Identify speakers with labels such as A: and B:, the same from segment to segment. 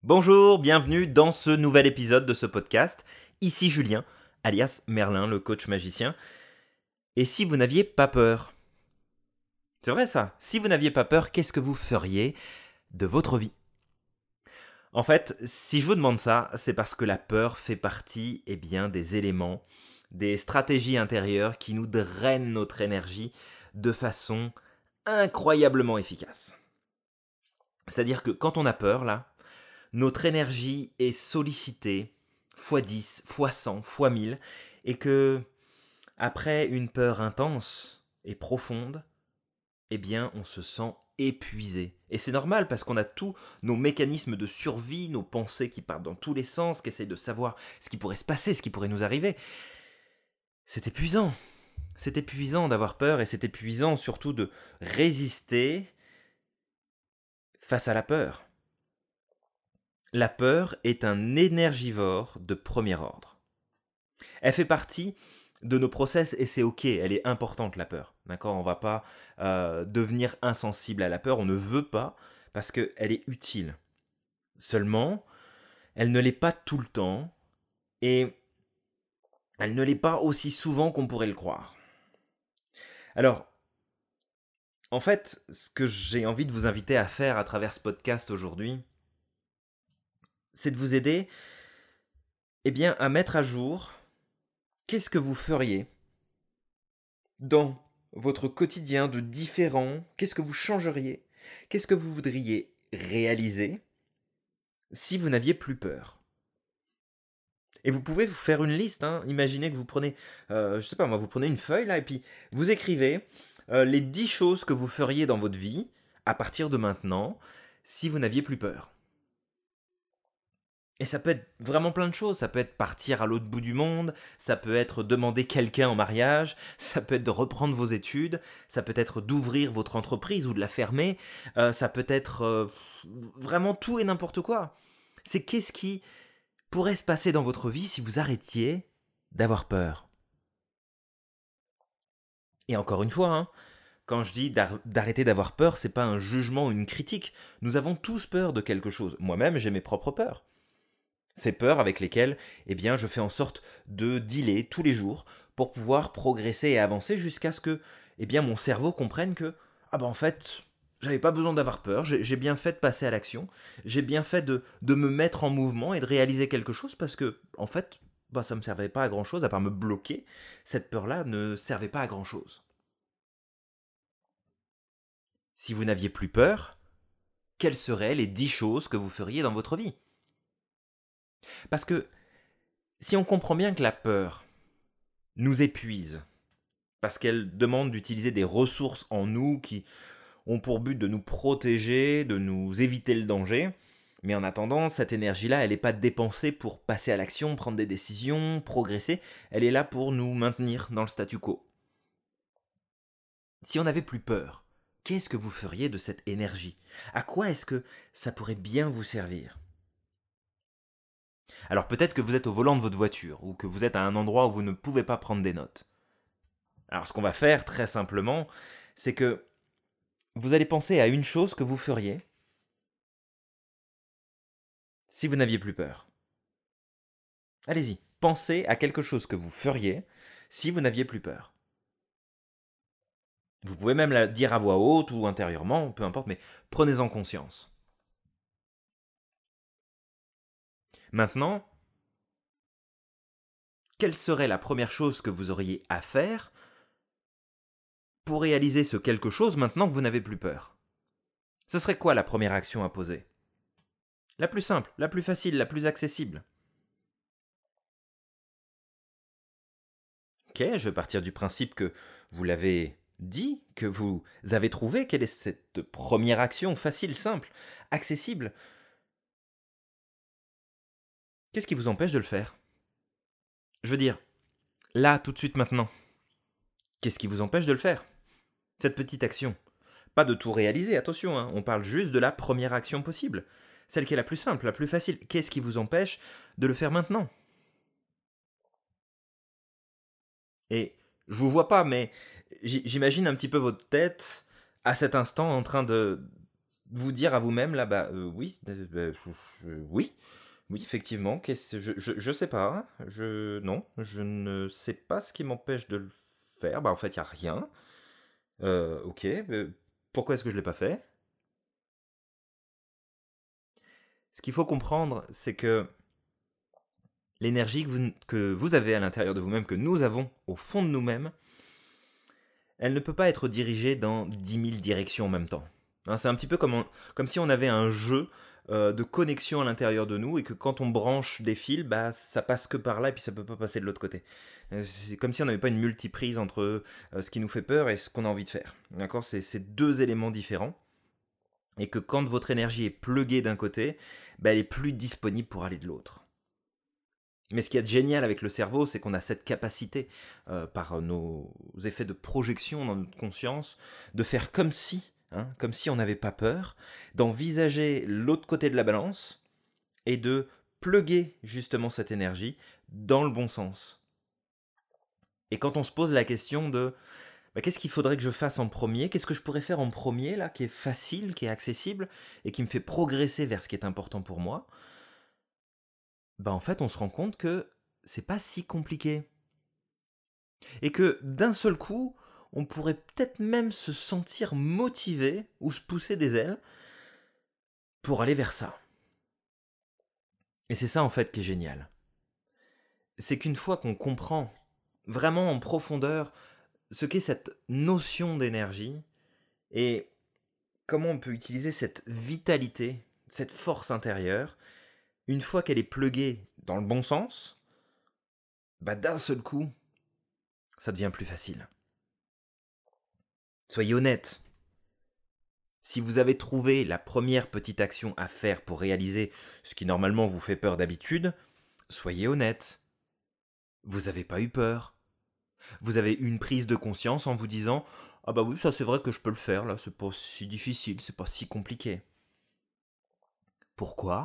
A: Bonjour, bienvenue dans ce nouvel épisode de ce podcast. Ici Julien, alias Merlin, le coach magicien. Et si vous n'aviez pas peur? C'est vrai ça, si vous n'aviez pas peur, qu'est-ce que vous feriez de votre vie? En fait, si je vous demande ça, c'est parce que la peur fait partie des éléments, des stratégies intérieures qui nous drainent notre énergie de façon incroyablement efficace. C'est-à-dire que quand on a peur, là, notre énergie est sollicitée fois 10, fois 100, fois 1000, et que, après une peur intense et profonde, on se sent épuisé. Et c'est normal parce qu'on a tous nos mécanismes de survie, nos pensées qui partent dans tous les sens, qui essayent de savoir ce qui pourrait se passer, ce qui pourrait nous arriver. C'est épuisant. C'est épuisant d'avoir peur et c'est épuisant surtout de résister face à la peur. La peur est un énergivore de premier ordre. Elle fait partie de nos process et c'est ok, elle est importante la peur. D'accord, on ne va pas devenir insensible à la peur, on ne veut pas parce qu'elle est utile. Seulement, elle ne l'est pas tout le temps et elle ne l'est pas aussi souvent qu'on pourrait le croire. Alors, en fait, ce que j'ai envie de vous inviter à faire à travers ce podcast aujourd'hui, c'est de vous aider à mettre à jour qu'est-ce que vous feriez dans votre quotidien de différent, qu'est-ce que vous changeriez, qu'est-ce que vous voudriez réaliser si vous n'aviez plus peur. Et vous pouvez vous faire une liste, hein. Imaginez que vous prenez, vous prenez une feuille là et puis vous écrivez les 10 choses que vous feriez dans votre vie à partir de maintenant si vous n'aviez plus peur. Et ça peut être vraiment plein de choses, ça peut être partir à l'autre bout du monde, ça peut être demander quelqu'un en mariage, ça peut être de reprendre vos études, ça peut être d'ouvrir votre entreprise ou de la fermer, ça peut être vraiment tout et n'importe quoi. C'est qu'est-ce qui pourrait se passer dans votre vie si vous arrêtiez d'avoir peur. Et encore une fois, hein, quand je dis d'arrêter d'avoir peur, c'est pas un jugement ou une critique. Nous avons tous peur de quelque chose. Moi-même, j'ai mes propres peurs. Ces peurs avec lesquelles je fais en sorte de dealer tous les jours pour pouvoir progresser et avancer jusqu'à ce que mon cerveau comprenne que en fait, j'avais pas besoin d'avoir peur, j'ai bien fait de passer à l'action, j'ai bien fait de me mettre en mouvement et de réaliser quelque chose parce que en fait, ça me servait pas à grand chose à part me bloquer. Cette peur-là ne servait pas à grand chose. Si vous n'aviez plus peur, quelles seraient les 10 choses que vous feriez dans votre vie? Parce que si on comprend bien que la peur nous épuise, parce qu'elle demande d'utiliser des ressources en nous qui ont pour but de nous protéger, de nous éviter le danger, mais en attendant, cette énergie-là, elle n'est pas dépensée pour passer à l'action, prendre des décisions, progresser, elle est là pour nous maintenir dans le statu quo. Si on n'avait plus peur, qu'est-ce que vous feriez de cette énergie? À quoi est-ce que ça pourrait bien vous servir? Alors peut-être que vous êtes au volant de votre voiture, ou que vous êtes à un endroit où vous ne pouvez pas prendre des notes. Alors ce qu'on va faire très simplement, c'est que vous allez penser à une chose que vous feriez si vous n'aviez plus peur. Allez-y, pensez à quelque chose que vous feriez si vous n'aviez plus peur. Vous pouvez même la dire à voix haute ou intérieurement, peu importe, mais prenez-en conscience. Maintenant, quelle serait la première chose que vous auriez à faire pour réaliser ce quelque chose maintenant que vous n'avez plus peur? Ce serait quoi la première action à poser? La plus simple, la plus facile, la plus accessible. Ok, je vais partir du principe que vous l'avez dit, que vous avez trouvé quelle est cette première action facile, simple, accessible. Qu'est-ce qui vous empêche de le faire? Je veux dire, là, tout de suite maintenant. Qu'est-ce qui vous empêche de le faire? Cette petite action. Pas de tout réaliser, attention, hein, on parle juste de la première action possible. Celle qui est la plus simple, la plus facile. Qu'est-ce qui vous empêche de le faire maintenant? Et je vous vois pas, mais j'imagine un petit peu votre tête à cet instant en train vous dire à vous-même, là, oui, oui, oui, effectivement, je sais pas, non, je ne sais pas ce qui m'empêche de le faire. En fait, il n'y a rien. Ok, pourquoi est-ce que je l'ai pas fait? Ce qu'il faut comprendre, c'est que l'énergie que vous avez à l'intérieur de vous-même, que nous avons au fond de nous-mêmes, elle ne peut pas être dirigée dans 10 000 directions en même temps. Hein, c'est un petit peu comme si on avait un jeu de connexion à l'intérieur de nous et que quand on branche des fils, ça passe que par là et puis ça peut pas passer de l'autre côté. C'est comme si on n'avait pas une multiprise entre ce qui nous fait peur et ce qu'on a envie de faire. D'accord, c'est deux éléments différents. Et que quand votre énergie est pluguée d'un côté, elle est plus disponible pour aller de l'autre. Mais ce qu'il y a de génial avec le cerveau, c'est qu'on a cette capacité, par nos effets de projection dans notre conscience, de faire comme si on n'avait pas peur, d'envisager l'autre côté de la balance et de plugger justement cette énergie dans le bon sens. Et quand on se pose la question de qu'est-ce qu'il faudrait que je fasse en premier, qu'est-ce que je pourrais faire en premier là, qui est facile, qui est accessible et qui me fait progresser vers ce qui est important pour moi, en fait, on se rend compte que c'est pas si compliqué. Et que d'un seul coup, on pourrait peut-être même se sentir motivé ou se pousser des ailes pour aller vers ça. Et c'est ça en fait qui est génial. C'est qu'une fois qu'on comprend vraiment en profondeur ce qu'est cette notion d'énergie et comment on peut utiliser cette vitalité, cette force intérieure, une fois qu'elle est pluguée dans le bon sens, d'un seul coup, ça devient plus facile. Soyez honnête. Si vous avez trouvé la première petite action à faire pour réaliser ce qui normalement vous fait peur d'habitude, soyez honnête. Vous n'avez pas eu peur. Vous avez eu une prise de conscience en vous disant « Ah oui, ça c'est vrai que je peux le faire, là, c'est pas si difficile, c'est pas si compliqué. » Pourquoi ?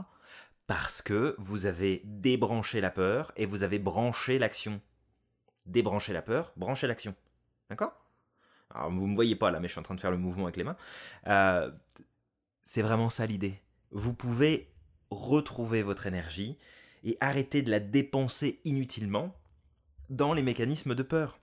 A: Parce que vous avez débranché la peur et vous avez branché l'action. Débrancher la peur, brancher l'action. D'accord ? Alors, vous ne me voyez pas là, mais je suis en train de faire le mouvement avec les mains. C'est vraiment ça l'idée. Vous pouvez retrouver votre énergie et arrêter de la dépenser inutilement dans les mécanismes de peur.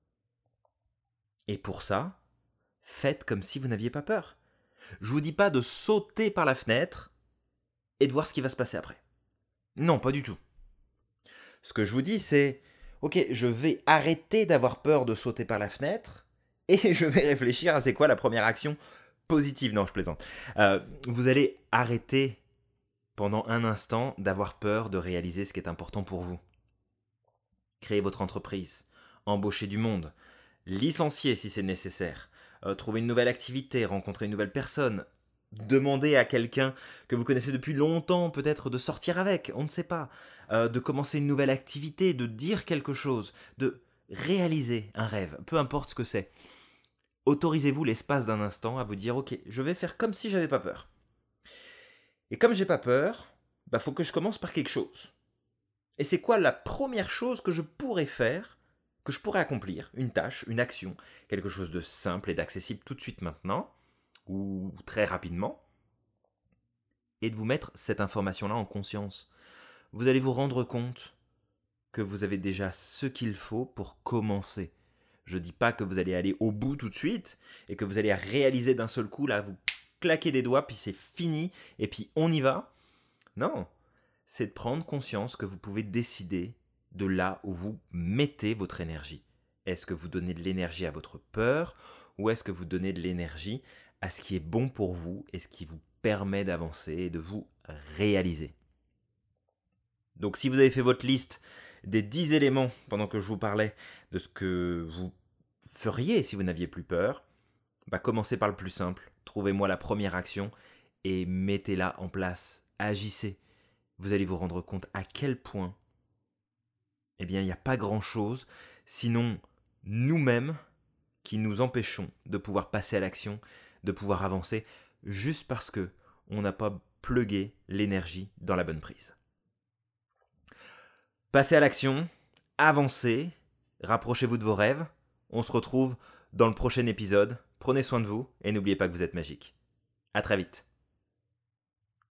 A: Et pour ça, faites comme si vous n'aviez pas peur. Je vous dis pas de sauter par la fenêtre et de voir ce qui va se passer après. Non, pas du tout. Ce que je vous dis, c'est ok, je vais arrêter d'avoir peur de sauter par la fenêtre et je vais réfléchir à c'est quoi la première action positive. Non, je plaisante. Vous allez arrêter pendant un instant d'avoir peur de réaliser ce qui est important pour vous. Créer votre entreprise, embaucher du monde, licencier si c'est nécessaire, trouver une nouvelle activité, rencontrer une nouvelle personne, demander à quelqu'un que vous connaissez depuis longtemps peut-être de sortir avec, on ne sait pas, de commencer une nouvelle activité, de dire quelque chose, de réaliser un rêve, peu importe ce que c'est. Autorisez-vous l'espace d'un instant à vous dire ok, je vais faire comme si j'avais pas peur. Et comme j'ai pas peur, faut que je commence par quelque chose. Et c'est quoi la première chose que je pourrais faire, que je pourrais accomplir, une tâche, une action, quelque chose de simple et d'accessible tout de suite maintenant, ou très rapidement, et de vous mettre cette information-là en conscience. Vous allez vous rendre compte que vous avez déjà ce qu'il faut pour commencer. Je ne dis pas que vous allez aller au bout tout de suite, et que vous allez réaliser d'un seul coup, là, vous claquez des doigts, puis c'est fini, et puis on y va. Non, c'est de prendre conscience que vous pouvez décider de là où vous mettez votre énergie. Est-ce que vous donnez de l'énergie à votre peur ou est-ce que vous donnez de l'énergie à ce qui est bon pour vous et ce qui vous permet d'avancer et de vous réaliser. Donc si vous avez fait votre liste des 10 éléments pendant que je vous parlais de ce que vous feriez si vous n'aviez plus peur, commencez par le plus simple, trouvez-moi la première action et mettez-la en place, agissez. Vous allez vous rendre compte à quel point il n'y a pas grand-chose, sinon nous-mêmes qui nous empêchons de pouvoir passer à l'action, de pouvoir avancer, juste parce que on n'a pas plugué l'énergie dans la bonne prise. Passez à l'action, avancez, rapprochez-vous de vos rêves, on se retrouve dans le prochain épisode, prenez soin de vous et n'oubliez pas que vous êtes magique. À très vite.